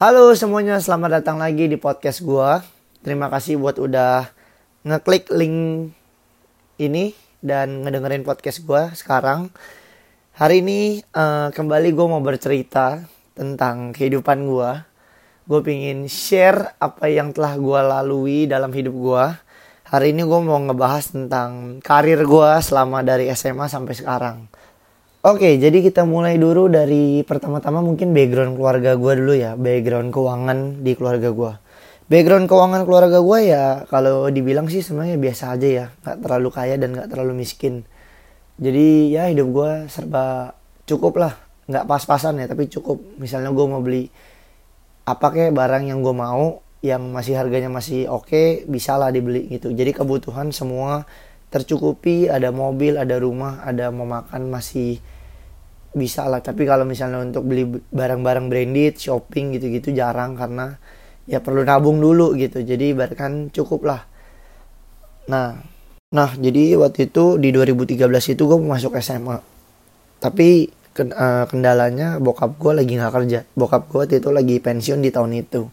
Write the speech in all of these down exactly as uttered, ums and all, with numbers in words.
Halo semuanya, selamat datang lagi di podcast gua. Terima kasih buat udah ngeklik link ini dan ngedengerin podcast gua sekarang. Hari ini uh, kembali gue mau bercerita tentang kehidupan gua. Gue pengen share apa yang telah gua lalui dalam hidup gua. Hari ini gue mau ngebahas tentang karir gua selama dari S M A sampai sekarang. Oke, jadi kita mulai dulu dari pertama-tama mungkin background keluarga gue dulu ya. Background keuangan di keluarga gue. Background keuangan keluarga gue ya kalau dibilang sih sebenarnya biasa aja ya. Gak terlalu kaya dan gak terlalu miskin. Jadi ya hidup gue serba cukup lah. Gak pas-pasan ya tapi cukup. Misalnya gue mau beli apa kayak barang yang gue mau. Yang masih harganya masih oke, bisa lah dibeli gitu. Jadi kebutuhan semua tercukupi, ada mobil, ada rumah, ada mau makan masih bisa lah. Tapi kalau misalnya untuk beli barang-barang branded, shopping gitu-gitu jarang karena ya perlu nabung dulu gitu. Jadi ibaratkan cukup lah. Nah, nah jadi waktu itu di dua ribu tiga belas itu gue masuk S M A. Tapi kendalanya bokap gue lagi nggak kerja. Bokap gue waktu itu lagi pensiun di tahun itu.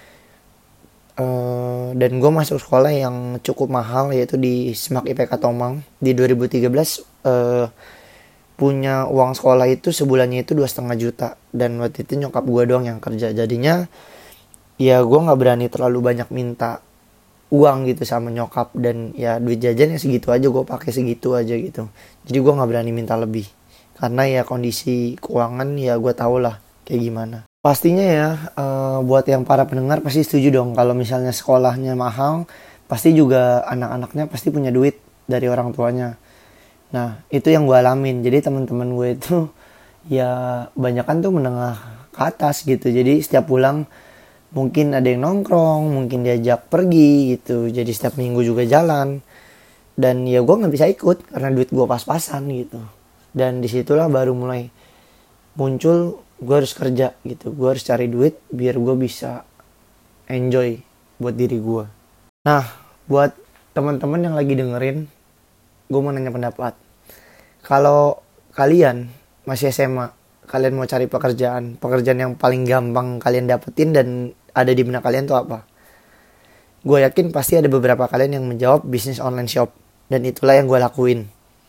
Uh, dan gue masuk sekolah yang cukup mahal yaitu di S M A K I P K Tomang di dua ribu tiga belas. Uh, punya uang sekolah itu sebulannya itu dua setengah juta dan waktu itu nyokap gue doang yang kerja. Jadinya ya gue nggak berani terlalu banyak minta uang gitu sama nyokap, dan ya duit jajan ya segitu aja, gue pakai segitu aja gitu. Jadi gue nggak berani minta lebih karena ya kondisi keuangan ya gue tau lah kayak gimana. Pastinya ya uh, buat yang para pendengar pasti setuju dong kalau misalnya sekolahnya mahal, pasti juga anak-anaknya pasti punya duit dari orang tuanya. Nah itu yang gue alamin. Jadi teman-teman gue itu ya banyakan tuh menengah ke atas gitu. Jadi setiap pulang mungkin ada yang nongkrong, mungkin diajak pergi gitu. Jadi setiap minggu juga jalan. Dan ya gue nggak bisa ikut karena duit gue pas-pasan gitu. Dan disitulah baru mulai muncul gue harus kerja gitu, gue harus cari duit biar gue bisa enjoy buat diri gue. Nah buat teman-teman yang lagi dengerin, gue mau nanya pendapat. Kalau kalian masih S M A, kalian mau cari pekerjaan, pekerjaan yang paling gampang kalian dapetin dan ada di benak kalian tuh apa? Gue yakin pasti ada beberapa kalian yang menjawab bisnis online shop, dan itulah yang gue lakuin.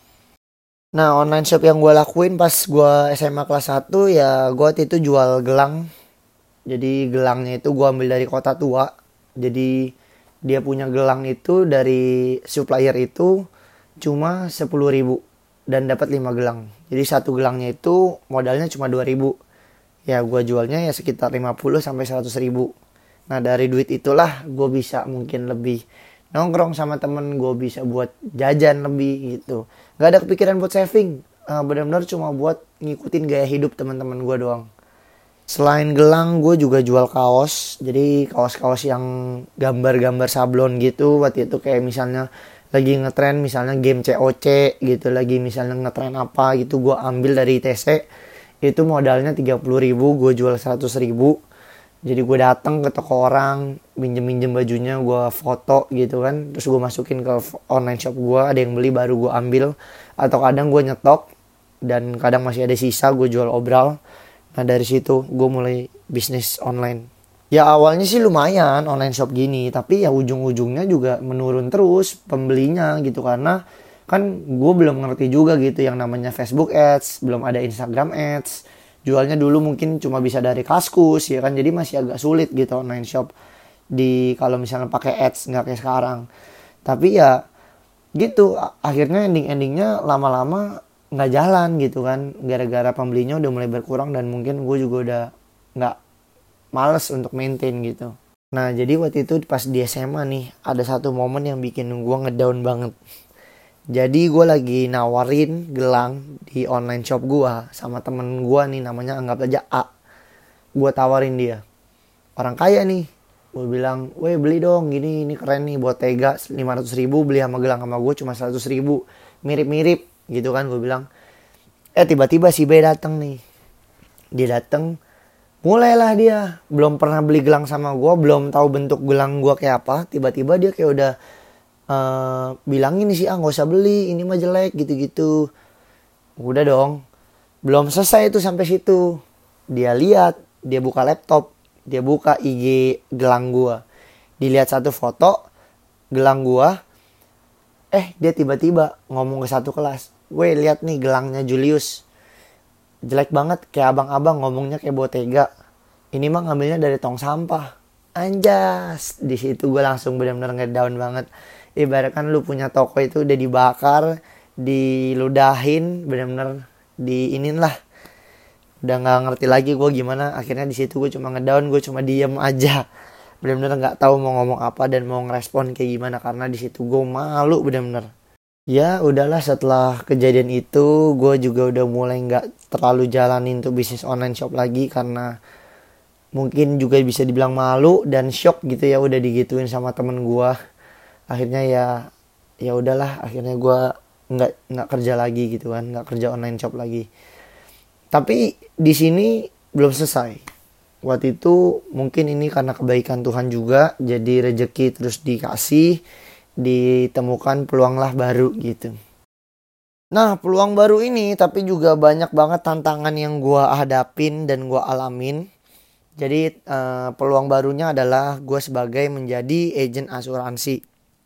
Nah online shop yang gue lakuin pas gue S M A kelas satu ya gue waktu itu jual gelang. Jadi gelangnya itu gue ambil dari Kota Tua. Jadi dia punya gelang itu dari supplier itu cuma sepuluh ribu dan dapat lima gelang. Jadi satu gelangnya itu modalnya cuma dua ribu. Ya gue jualnya ya sekitar lima puluh sampai seratus ribu. Nah dari duit itulah gue bisa mungkin lebih nongkrong sama temen, gue bisa buat jajan lebih gitu. Gak ada kepikiran buat saving, uh, benar-benar cuma buat ngikutin gaya hidup teman-teman gue doang. Selain gelang, gue juga jual kaos. Jadi kaos-kaos yang gambar-gambar sablon gitu. Waktu itu kayak misalnya lagi ngetren misalnya game C O C gitu, lagi misalnya ngetren apa gitu, gue ambil dari T C. Itu modalnya tiga puluh ribu, gue jual seratus ribu. Jadi gue datang ke toko orang, minjem-minjem bajunya, gue foto gitu kan. Terus gue masukin ke online shop gue, ada yang beli baru gue ambil. Atau kadang gue nyetok, dan kadang masih ada sisa, gue jual obral. Nah dari situ gue mulai bisnis online. Ya awalnya sih lumayan online shop gini, tapi ya ujung-ujungnya juga menurun terus pembelinya gitu. Karena kan gue belum ngerti juga gitu yang namanya Facebook Ads, belum ada Instagram Ads. Jualnya dulu mungkin cuma bisa dari Kaskus ya kan, jadi masih agak sulit gitu online shop di kalau misalnya pakai ads, nggak kayak sekarang. Tapi ya gitu, akhirnya ending-endingnya lama-lama nggak jalan gitu kan, gara-gara pembelinya udah mulai berkurang dan mungkin gue juga udah nggak males untuk maintain gitu. Nah jadi waktu itu pas di S M A nih ada satu momen yang bikin gue ngedown banget. Jadi gue lagi nawarin gelang di online shop gue sama temen gue nih, namanya anggap aja A. Gue tawarin dia, orang kaya nih. Gue bilang, weh beli dong gini, ini keren nih buat tega, lima ratus ribu beli sama gelang sama gue cuma seratus ribu. Mirip-mirip gitu kan gue bilang. Eh tiba-tiba si B dateng nih. Dia dateng, mulailah dia. Belum pernah beli gelang sama gue, belum tahu bentuk gelang gue kayak apa. Tiba-tiba dia kayak udah Uh, bilang ini sih ah nggak usah beli, ini mah jelek gitu-gitu. Udah dong, belum selesai itu sampai situ. Dia lihat, dia buka laptop, Dia buka I G gelang gue, dilihat satu foto gelang gue. Eh dia tiba-tiba ngomong ke satu kelas, "Weh lihat nih gelangnya Julius, jelek banget, kayak abang-abang, ngomongnya kayak Bottega. Ini mah ngambilnya dari tong sampah." Anjas, di situ gue langsung benar-benar ngedown banget. Ibaratkan lu punya toko itu udah dibakar, diludahin, benar-benar diinin lah. Udah nggak ngerti lagi gue gimana. Akhirnya di situ gue cuma ngedown, gue cuma diem aja. Benar-benar nggak tahu mau ngomong apa dan mau ngerespon kayak gimana, karena di situ gue malu benar-benar. Ya udahlah, setelah kejadian itu gue juga udah mulai nggak terlalu jalanin tuh bisnis online shop lagi, karena mungkin juga bisa dibilang malu dan shock gitu ya, udah digituin sama temen gue. Akhirnya ya ya udahlah, akhirnya gue nggak nggak kerja lagi gitu kan, nggak kerja online shop lagi. Tapi di sini belum selesai. Waktu itu mungkin ini karena kebaikan Tuhan juga, jadi rezeki terus dikasih, ditemukan peluang lah baru gitu. Nah peluang baru ini tapi juga banyak banget tantangan yang gue hadapin dan gue alamin. Jadi uh, peluang barunya adalah gue sebagai menjadi agen asuransi.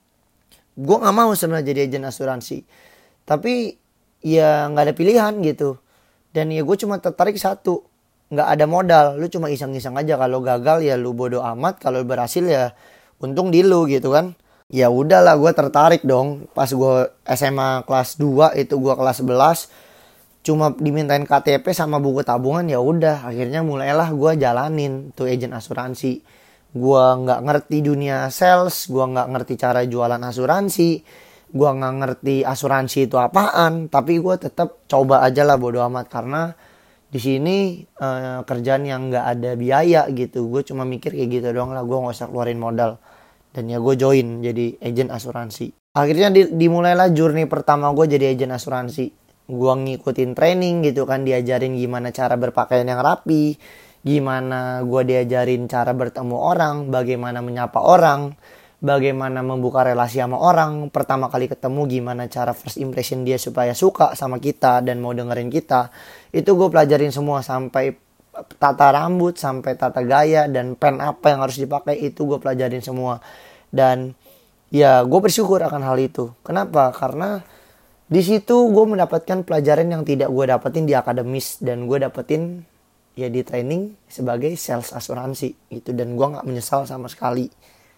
Gue gak mau sebenarnya jadi agen asuransi, tapi ya gak ada pilihan gitu. Dan ya gue cuma tertarik satu, gak ada modal, lu cuma iseng-iseng aja. Kalau gagal ya lu bodo amat, kalau berhasil ya untung di lu gitu kan. Ya udahlah, gue tertarik dong. Pas gue S M A kelas dua, itu gue kelas sebelas, cuma dimintain K T P sama buku tabungan. Ya udah, akhirnya mulailah gue jalanin tuh agen asuransi. Gue nggak ngerti dunia sales, gue nggak ngerti cara jualan asuransi, gue nggak ngerti asuransi itu apaan. Tapi gue tetap coba aja lah, bodo amat, karena di sini eh, kerjaan yang nggak ada biaya gitu. Gue cuma mikir kayak gitu doang lah, gue nggak usah keluarin modal. Dan ya gue join jadi agen asuransi. Akhirnya di, dimulailah journey pertama gue jadi agen asuransi. Gue ngikutin training gitu kan, diajarin gimana cara berpakaian yang rapi, gimana gue diajarin cara bertemu orang, bagaimana menyapa orang, bagaimana membuka relasi sama orang. Pertama kali ketemu gimana cara first impression dia supaya suka sama kita dan mau dengerin kita. Itu gue pelajarin semua, sampai tata rambut, sampai tata gaya, dan pen apa yang harus dipakai itu gue pelajarin semua. Dan ya gue bersyukur akan hal itu. Kenapa? Karena di situ gue mendapatkan pelajaran yang tidak gue dapetin di akademis, dan gue dapetin ya di training sebagai sales asuransi gitu. Dan gue nggak menyesal sama sekali.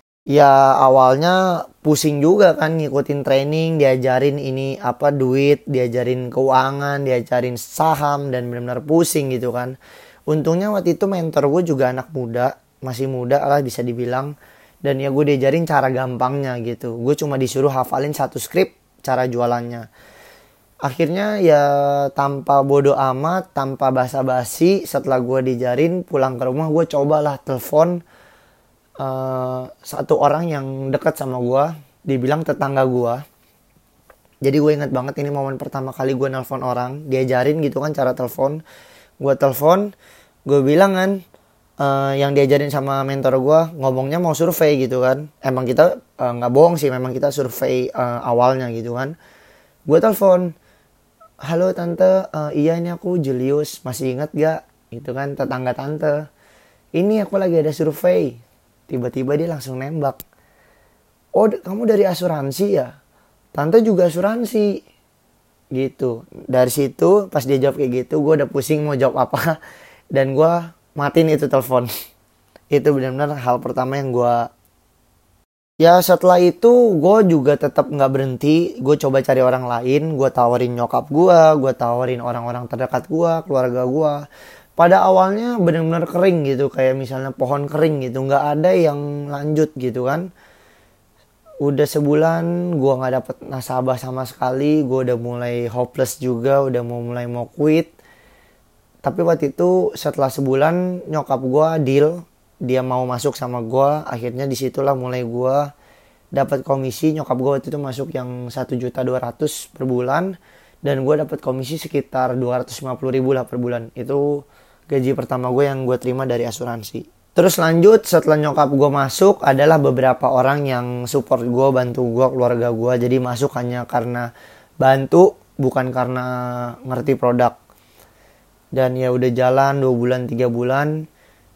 Ya awalnya pusing juga kan ngikutin training, diajarin ini apa duit, diajarin keuangan, diajarin saham, dan benar-benar pusing gitu kan. Untungnya waktu itu mentor gue juga anak muda, masih muda lah bisa dibilang. Dan ya gue diajarin cara gampangnya gitu. Gue cuma disuruh hafalin satu skrip cara jualannya. Akhirnya ya tanpa bodo amat, tanpa basa-basi, setelah gue diajarin, pulang ke rumah gue cobalah telepon uh, satu orang yang dekat sama gue, dibilang tetangga gue. Jadi gue inget banget ini momen pertama kali gue nelpon orang, diajarin gitu kan cara telepon. Gue telepon, gue bilang kan, uh, yang diajarin sama mentor gue, ngomongnya mau survei gitu kan. Emang kita uh, gak bohong sih, memang kita survei uh, awalnya gitu kan. Gue telepon, "Halo tante, uh, iya ini aku Julius, masih ingat gak?" Gitu kan, tetangga tante. "Ini aku lagi ada survei." Tiba-tiba dia langsung nembak, "Oh kamu dari asuransi ya? Tante juga asuransi." Gitu. Dari situ pas dia jawab kayak gitu, gue udah pusing mau jawab apa. Dan gue matiin itu telepon. Itu benar-benar hal pertama yang gue. Ya setelah itu gue juga tetap gak berhenti. Gue coba cari orang lain. Gue tawarin nyokap gue, gue tawarin orang-orang terdekat gue, keluarga gue. Pada awalnya benar-benar kering gitu, kayak misalnya pohon kering gitu, gak ada yang lanjut gitu kan. Udah sebulan gue gak dapet nasabah sama sekali. Gue udah mulai hopeless juga, udah mau mulai mau quit. Tapi waktu itu setelah sebulan nyokap gue deal, dia mau masuk sama gue. Akhirnya disitulah mulai gue dapat komisi. Nyokap gue waktu itu masuk yang satu juta dua ratus ribu per bulan, dan gue dapat komisi sekitar dua ratus lima puluh ribu lah per bulan. Itu gaji pertama gue yang gue terima dari asuransi. Terus lanjut setelah nyokap gue masuk, adalah beberapa orang yang support gue, bantu gue, keluarga gue. Jadi masuk hanya karena bantu, bukan karena ngerti produk. Dan ya udah jalan dua bulan, tiga bulan.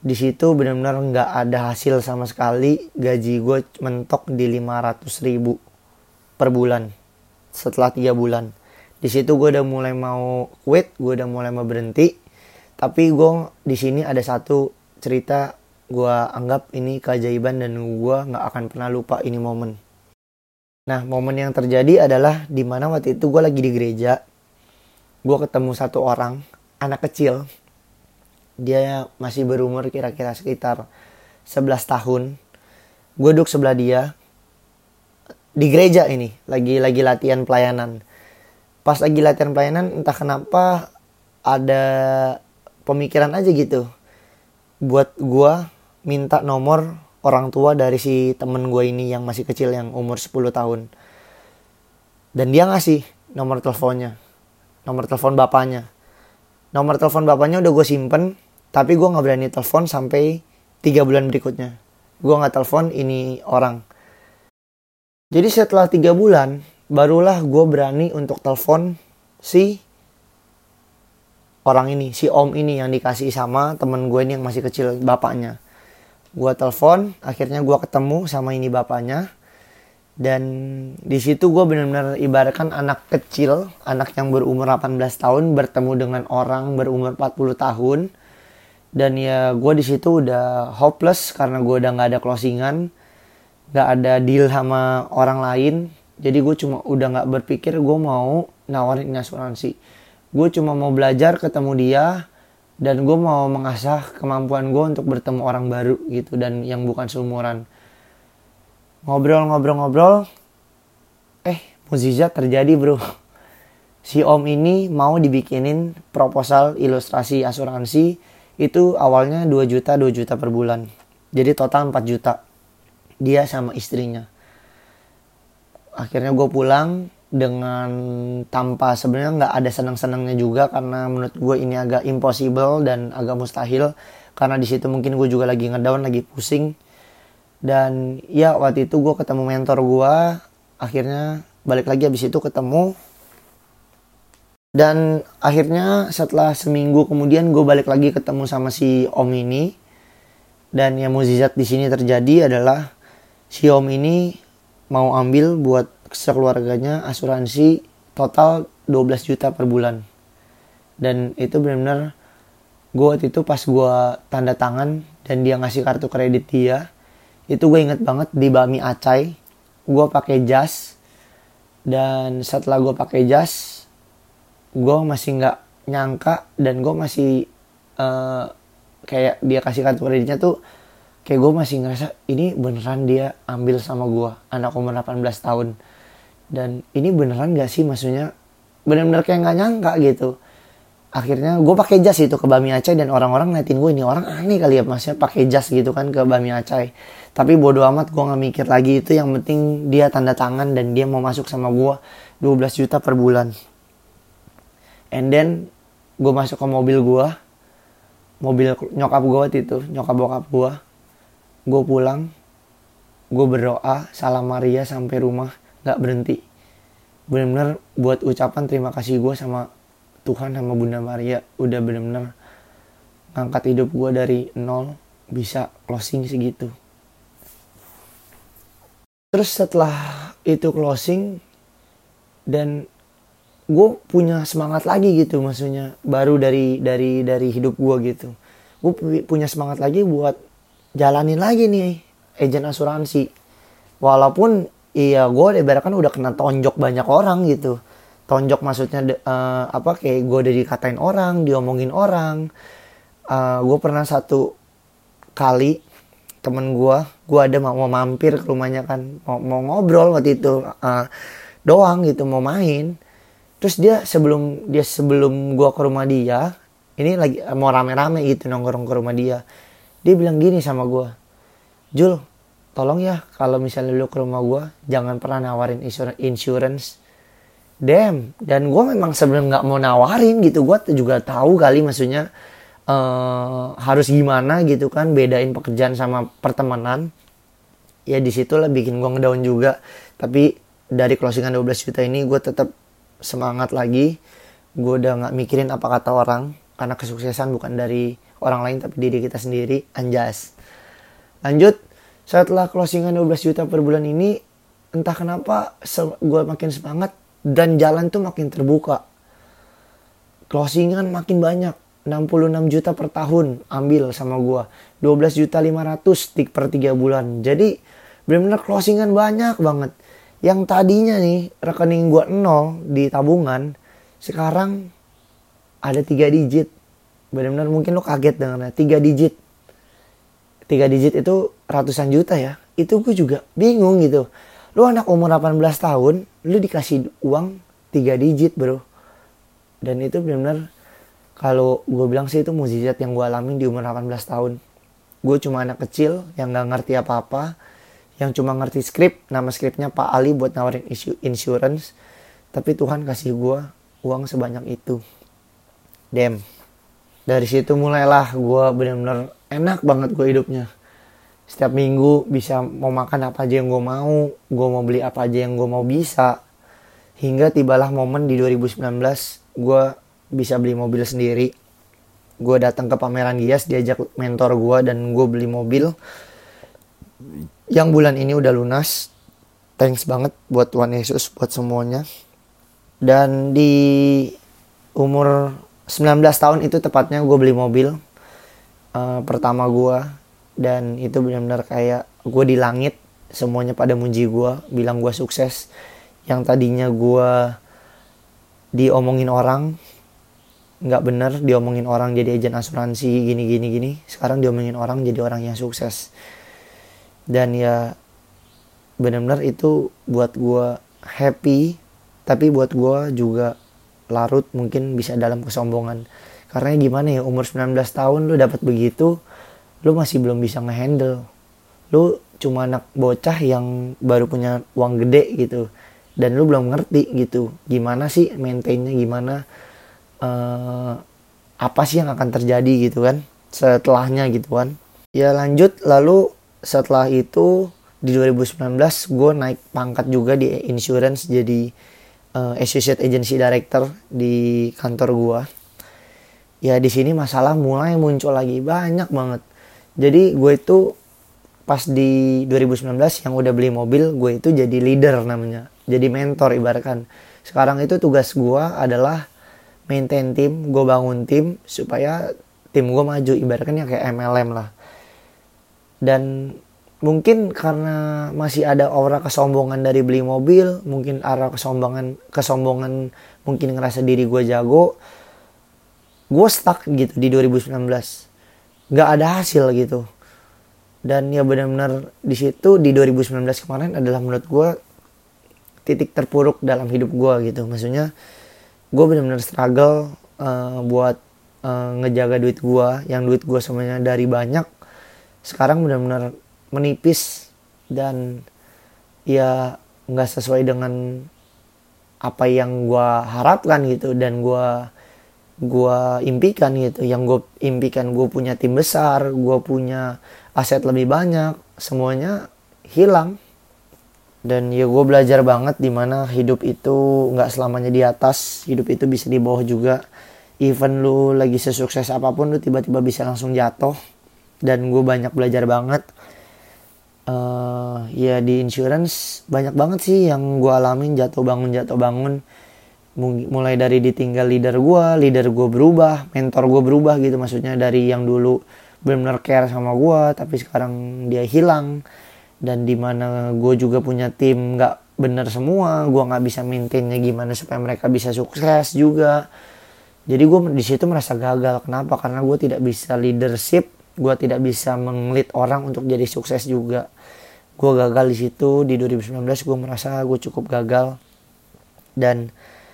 Di situ benar-benar nggak ada hasil sama sekali. Gaji gue mentok di lima ratus ribu per bulan setelah tiga bulan. Di situ gue udah mulai mau quit, gue udah mulai mau berhenti. Tapi gue di sini ada satu cerita gue anggap ini keajaiban dan gue nggak akan pernah lupa ini momen. Nah, momen yang terjadi adalah di mana waktu itu gue lagi di gereja. Gue ketemu satu orang, anak kecil. Dia masih berumur kira-kira sekitar sebelas tahun. Gue duduk sebelah dia. Di gereja ini, lagi lagi latihan pelayanan. Pas lagi latihan pelayanan, entah kenapa ada pemikiran aja gitu. Buat gue minta nomor orang tua dari si temen gue ini yang masih kecil, yang umur sepuluh tahun. Dan dia ngasih nomor teleponnya, nomor telepon bapaknya. Nomor telepon bapaknya udah gue simpen, tapi gue gak berani telepon sampai tiga bulan berikutnya. Gue gak telepon ini orang. Jadi setelah tiga bulan, barulah gue berani untuk telepon si orang ini, si om ini yang dikasih sama temen gue ini yang masih kecil, bapaknya. Gue telepon, akhirnya gue ketemu sama ini bapaknya. Dan di situ gue benar-benar ibaratkan anak kecil, anak yang berumur delapan belas tahun bertemu dengan orang berumur empat puluh tahun. Dan ya gue di situ udah hopeless karena gue udah nggak ada closingan, nggak ada deal sama orang lain. Jadi gue cuma udah nggak berpikir gue mau nawarin asuransi. Gue cuma mau belajar ketemu dia. Dan gue mau mengasah kemampuan gue untuk bertemu orang baru gitu. Dan yang bukan seumuran. Ngobrol-ngobrol-ngobrol. Eh, mukjizat terjadi bro. Si om ini mau dibikinin proposal ilustrasi asuransi. Itu awalnya dua juta, dua juta per bulan. Jadi total empat juta. Dia sama istrinya. Akhirnya gue pulang dengan tanpa sebenarnya nggak ada senang-senangnya juga, karena menurut gue ini agak impossible dan agak mustahil, karena di situ mungkin gue juga lagi ngedown, lagi pusing. Dan ya waktu itu gue ketemu mentor gue, akhirnya balik lagi habis itu ketemu. Dan akhirnya setelah seminggu kemudian gue balik lagi ketemu sama si om ini. Dan yang mukjizat di sini terjadi adalah si om ini mau ambil buat sekeluarganya asuransi total dua belas juta per bulan. Dan itu benar-benar gue waktu itu pas gue tanda tangan dan dia ngasih kartu kredit dia, itu gue inget banget di Bami Acai gue pakai jas. Dan setelah gue pakai jas, gue masih nggak nyangka dan gue masih uh, kayak dia kasih kartu kreditnya tuh kayak gue masih ngerasa ini beneran dia ambil sama gue, anak umur delapan belas tahun. Dan ini beneran gak sih, maksudnya bener-bener kayak gak nyangka gitu. Akhirnya gue pakai jas itu ke Bami Acai dan orang-orang ngeliatin gue, ini orang aneh kali ya maksudnya pakai jas gitu kan ke Bami Acai. Tapi bodo amat, gue gak mikir lagi itu, yang penting dia tanda tangan dan dia mau masuk sama gue dua belas juta per bulan. And then gue masuk ke mobil gue, mobil nyokap gue waktu itu, nyokap bokap gue. Gue pulang, gue berdoa, salam Maria sampai rumah, gak berhenti. Bener-bener buat ucapan terima kasih gue sama Tuhan sama Bunda Maria. Udah bener-bener ngangkat hidup gue dari nol, bisa closing segitu. Terus setelah itu closing, dan gue punya semangat lagi gitu, maksudnya baru dari dari dari hidup gue gitu. Gue punya semangat lagi buat jalanin lagi nih agen asuransi. Walaupun iya gue ibaratkan udah kena tonjok banyak orang gitu. Tonjok maksudnya uh, apa kayak gue udah dikatain orang, diomongin orang. Uh, gue pernah satu kali temen gue, gue ada mau, mau mampir ke rumahnya kan, mau, mau ngobrol waktu itu uh, doang gitu, mau main. Terus dia sebelum dia sebelum gue ke rumah dia, ini lagi mau rame-rame gitu nongkrong ke rumah dia. Dia bilang gini sama gue, Jul, tolong ya kalau misalnya lu ke rumah gue, jangan pernah nawarin insurance. Damn, dan gue memang sebenarnya nggak mau nawarin gitu. Gue juga tahu kali maksudnya uh, harus gimana gitu kan, bedain pekerjaan sama pertemanan. Ya disitulah bikin gue ngedown juga. Tapi dari closingan dua belas juta ini gue tetap semangat lagi. Gue udah nggak mikirin apa kata orang, karena kesuksesan bukan dari orang lain tapi diri kita sendiri. Anjas. Lanjut, setelah closingan dua belas juta per bulan ini, entah kenapa gue makin semangat dan jalan tuh makin terbuka. Closingan makin banyak, enam puluh enam juta per tahun ambil sama gue, dua belas juta lima ratus per tiga bulan. Jadi benar-benar closingan banyak banget. Yang tadinya nih rekening gue nol di tabungan, sekarang ada tiga digit. Benar-benar mungkin lo kaget dengannya, tiga digit. tiga digit itu ratusan juta ya. Itu gue juga bingung gitu. Lu anak umur delapan belas tahun, lu dikasih uang tiga digit bro. Dan itu benar-benar, kalau gue bilang sih itu mukjizat yang gue alamin di umur delapan belas tahun. Gue cuma anak kecil yang gak ngerti apa-apa, yang cuma ngerti skrip, nama skripnya Pak Ali buat nawarin insurance. Tapi Tuhan kasih gue uang sebanyak itu. Damn. Dari situ mulailah gue benar-benar enak banget gue hidupnya. Setiap minggu bisa mau makan apa aja yang gue mau. Gue mau beli apa aja yang gue mau bisa. Hingga tibalah momen di dua ribu sembilan belas gue bisa beli mobil sendiri. Gue datang ke pameran Gias, diajak mentor gue dan gue beli mobil. Yang bulan ini udah lunas. Thanks banget buat Tuhan Yesus, buat semuanya. Dan di umur sembilan belas tahun itu tepatnya gue beli mobil. Uh, pertama gue, dan itu benar-benar kayak gue di langit, semuanya pada muji gue, bilang gue sukses. Yang tadinya gue diomongin orang nggak bener, diomongin orang jadi agen asuransi gini gini gini, sekarang diomongin orang jadi orang yang sukses. Dan ya benar-benar itu buat gue happy, tapi buat gue juga larut mungkin bisa dalam kesombongan. Karena gimana ya, umur sembilan belas tahun lu dapat begitu, lu masih belum bisa ngehandle. Lu cuma anak bocah yang baru punya uang gede gitu. Dan lu belum ngerti gitu, gimana sih maintainnya, gimana, uh, apa sih yang akan terjadi gitu kan, setelahnya gitu kan. Ya lanjut, lalu setelah itu di dua ribu sembilan belas gue naik pangkat juga di insurance jadi uh, Associate Agency Director di kantor gue. Ya di sini masalah mulai muncul lagi banyak banget. Jadi gue itu pas di dua ribu sembilan belas yang udah beli mobil, gue itu jadi leader namanya. Jadi mentor ibaratkan. Sekarang itu tugas gue adalah maintain tim, gue bangun tim supaya tim gue maju, ibaratkan ya kayak M L M lah. Dan mungkin karena masih ada aura kesombongan dari beli mobil, mungkin aura kesombongan, kesombongan mungkin ngerasa diri gue jago, gue stuck gitu di dua ribu sembilan belas, nggak ada hasil gitu. Dan ya benar-benar di situ di dua ribu sembilan belas kemarin adalah menurut gue titik terpuruk dalam hidup gue gitu. Maksudnya gue benar-benar struggle uh, buat uh, ngejaga duit gue, yang duit gue semuanya dari banyak sekarang benar-benar menipis dan ya nggak sesuai dengan apa yang gue harapkan gitu dan gue gue impikan gitu. Yang gue impikan, gue punya tim besar, gue punya aset lebih banyak, semuanya hilang. Dan ya gue belajar banget dimana hidup itu nggak selamanya di atas, hidup itu bisa di bawah juga. Even lu lagi sesukses apapun, lu tiba-tiba bisa langsung jatuh. Dan gue banyak belajar banget. Uh, ya di insurance banyak banget sih yang gue alamin, jatuh bangun jatuh bangun. Mulai dari ditinggal leader gue, leader gue berubah, mentor gue berubah gitu. Maksudnya dari yang dulu benar-benar care sama gue, tapi sekarang dia hilang. Dan dimana gue juga punya tim gak bener semua, gue gak bisa maintainnya gimana supaya mereka bisa sukses juga. Jadi gue di situ merasa gagal. Kenapa? Karena gue tidak bisa leadership, gue tidak bisa meng-lead orang untuk jadi sukses juga. Gue gagal di situ. Di dua ribu sembilan belas gue merasa gue cukup gagal. Dan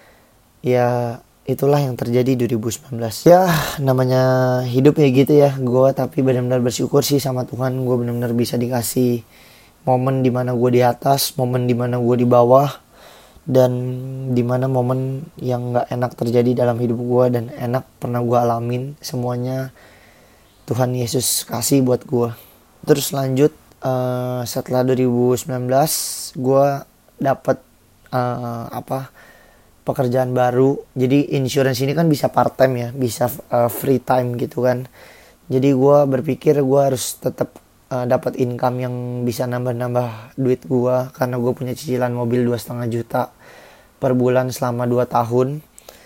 ya itulah yang terjadi dua ribu sembilan belas. Ya namanya hidup ya gitu ya. Gue tapi benar-benar bersyukur sih sama Tuhan. Gue benar-benar bisa dikasih momen dimana gue di atas, momen dimana gue di bawah, dan dimana momen yang gak enak terjadi dalam hidup gue dan enak pernah gue alamin. Semuanya Tuhan Yesus kasih buat gue. Terus lanjut, uh, setelah dua ribu sembilan belas gue dapet uh, apa pekerjaan baru. Jadi insurance ini kan bisa part time ya, bisa uh, free time gitu kan. Jadi gue berpikir gue harus tetap uh, dapat income yang bisa nambah-nambah duit gue, karena gue punya cicilan mobil dua setengah juta per bulan selama dua tahun.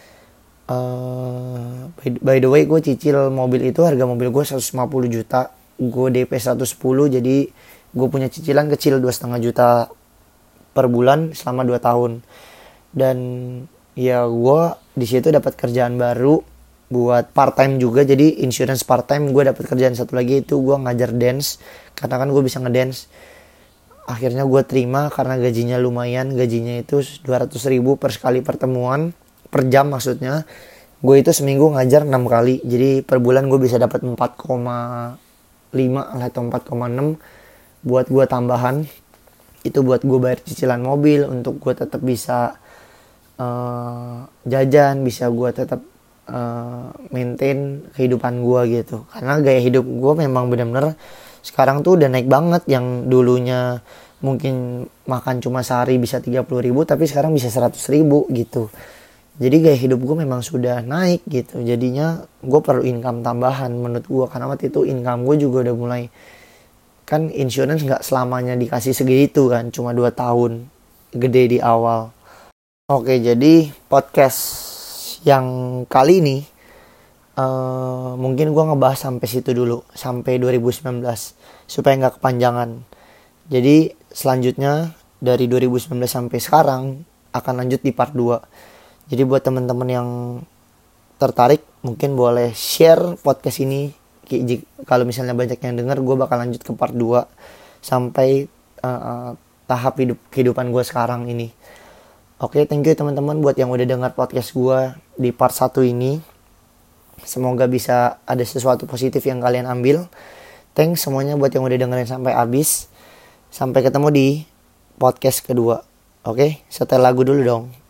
Uh, by, by the way, gue cicil mobil itu, harga mobil gue seratus lima puluh juta, gue D P seratus sepuluh, jadi gue punya cicilan kecil dua setengah juta per bulan selama dua tahun. Dan ya gue di situ dapat kerjaan baru buat part time juga, jadi insurance part time. Gue dapat kerjaan satu lagi, itu gue ngajar dance, karena kan gue bisa ngedance. Akhirnya gue terima karena gajinya lumayan, gajinya itu dua ratus ribu per sekali pertemuan, per jam maksudnya. Gue itu seminggu ngajar enam kali, jadi per bulan gue bisa dapat empat koma lima atau empat koma enam buat gue tambahan. Itu buat gue bayar cicilan mobil, untuk gue tetap bisa uh, jajan, bisa gue tetap uh, maintain kehidupan gue gitu. Karena gaya hidup gue memang benar-benar sekarang tuh udah naik banget. Yang dulunya mungkin makan cuma sehari bisa tiga puluh ribu, tapi sekarang bisa seratus ribu gitu. Jadi gaya hidup gue memang sudah naik gitu. Jadinya gue perlu income tambahan menurut gue, karena waktu itu income gue juga udah mulai, kan insurance gak selamanya dikasih segitu kan, cuma dua tahun, gede di awal. Oke, jadi podcast yang kali ini uh, mungkin gue ngebahas sampai situ dulu, sampai dua ribu sembilan belas, supaya gak kepanjangan. Jadi selanjutnya dari dua ribu sembilan belas sampai sekarang akan lanjut di part dua. Jadi buat teman-teman yang tertarik, mungkin boleh share podcast ini. Kalau misalnya banyak yang denger, gue bakal lanjut ke part dua sampai uh, tahap hidup kehidupan gue sekarang ini. Oke, thank you teman-teman buat yang udah dengar podcast gue di part satu ini. Semoga bisa ada sesuatu positif yang kalian ambil. Thanks semuanya buat yang udah dengerin sampai habis. Sampai ketemu di podcast kedua. Oke, setel lagu dulu dong.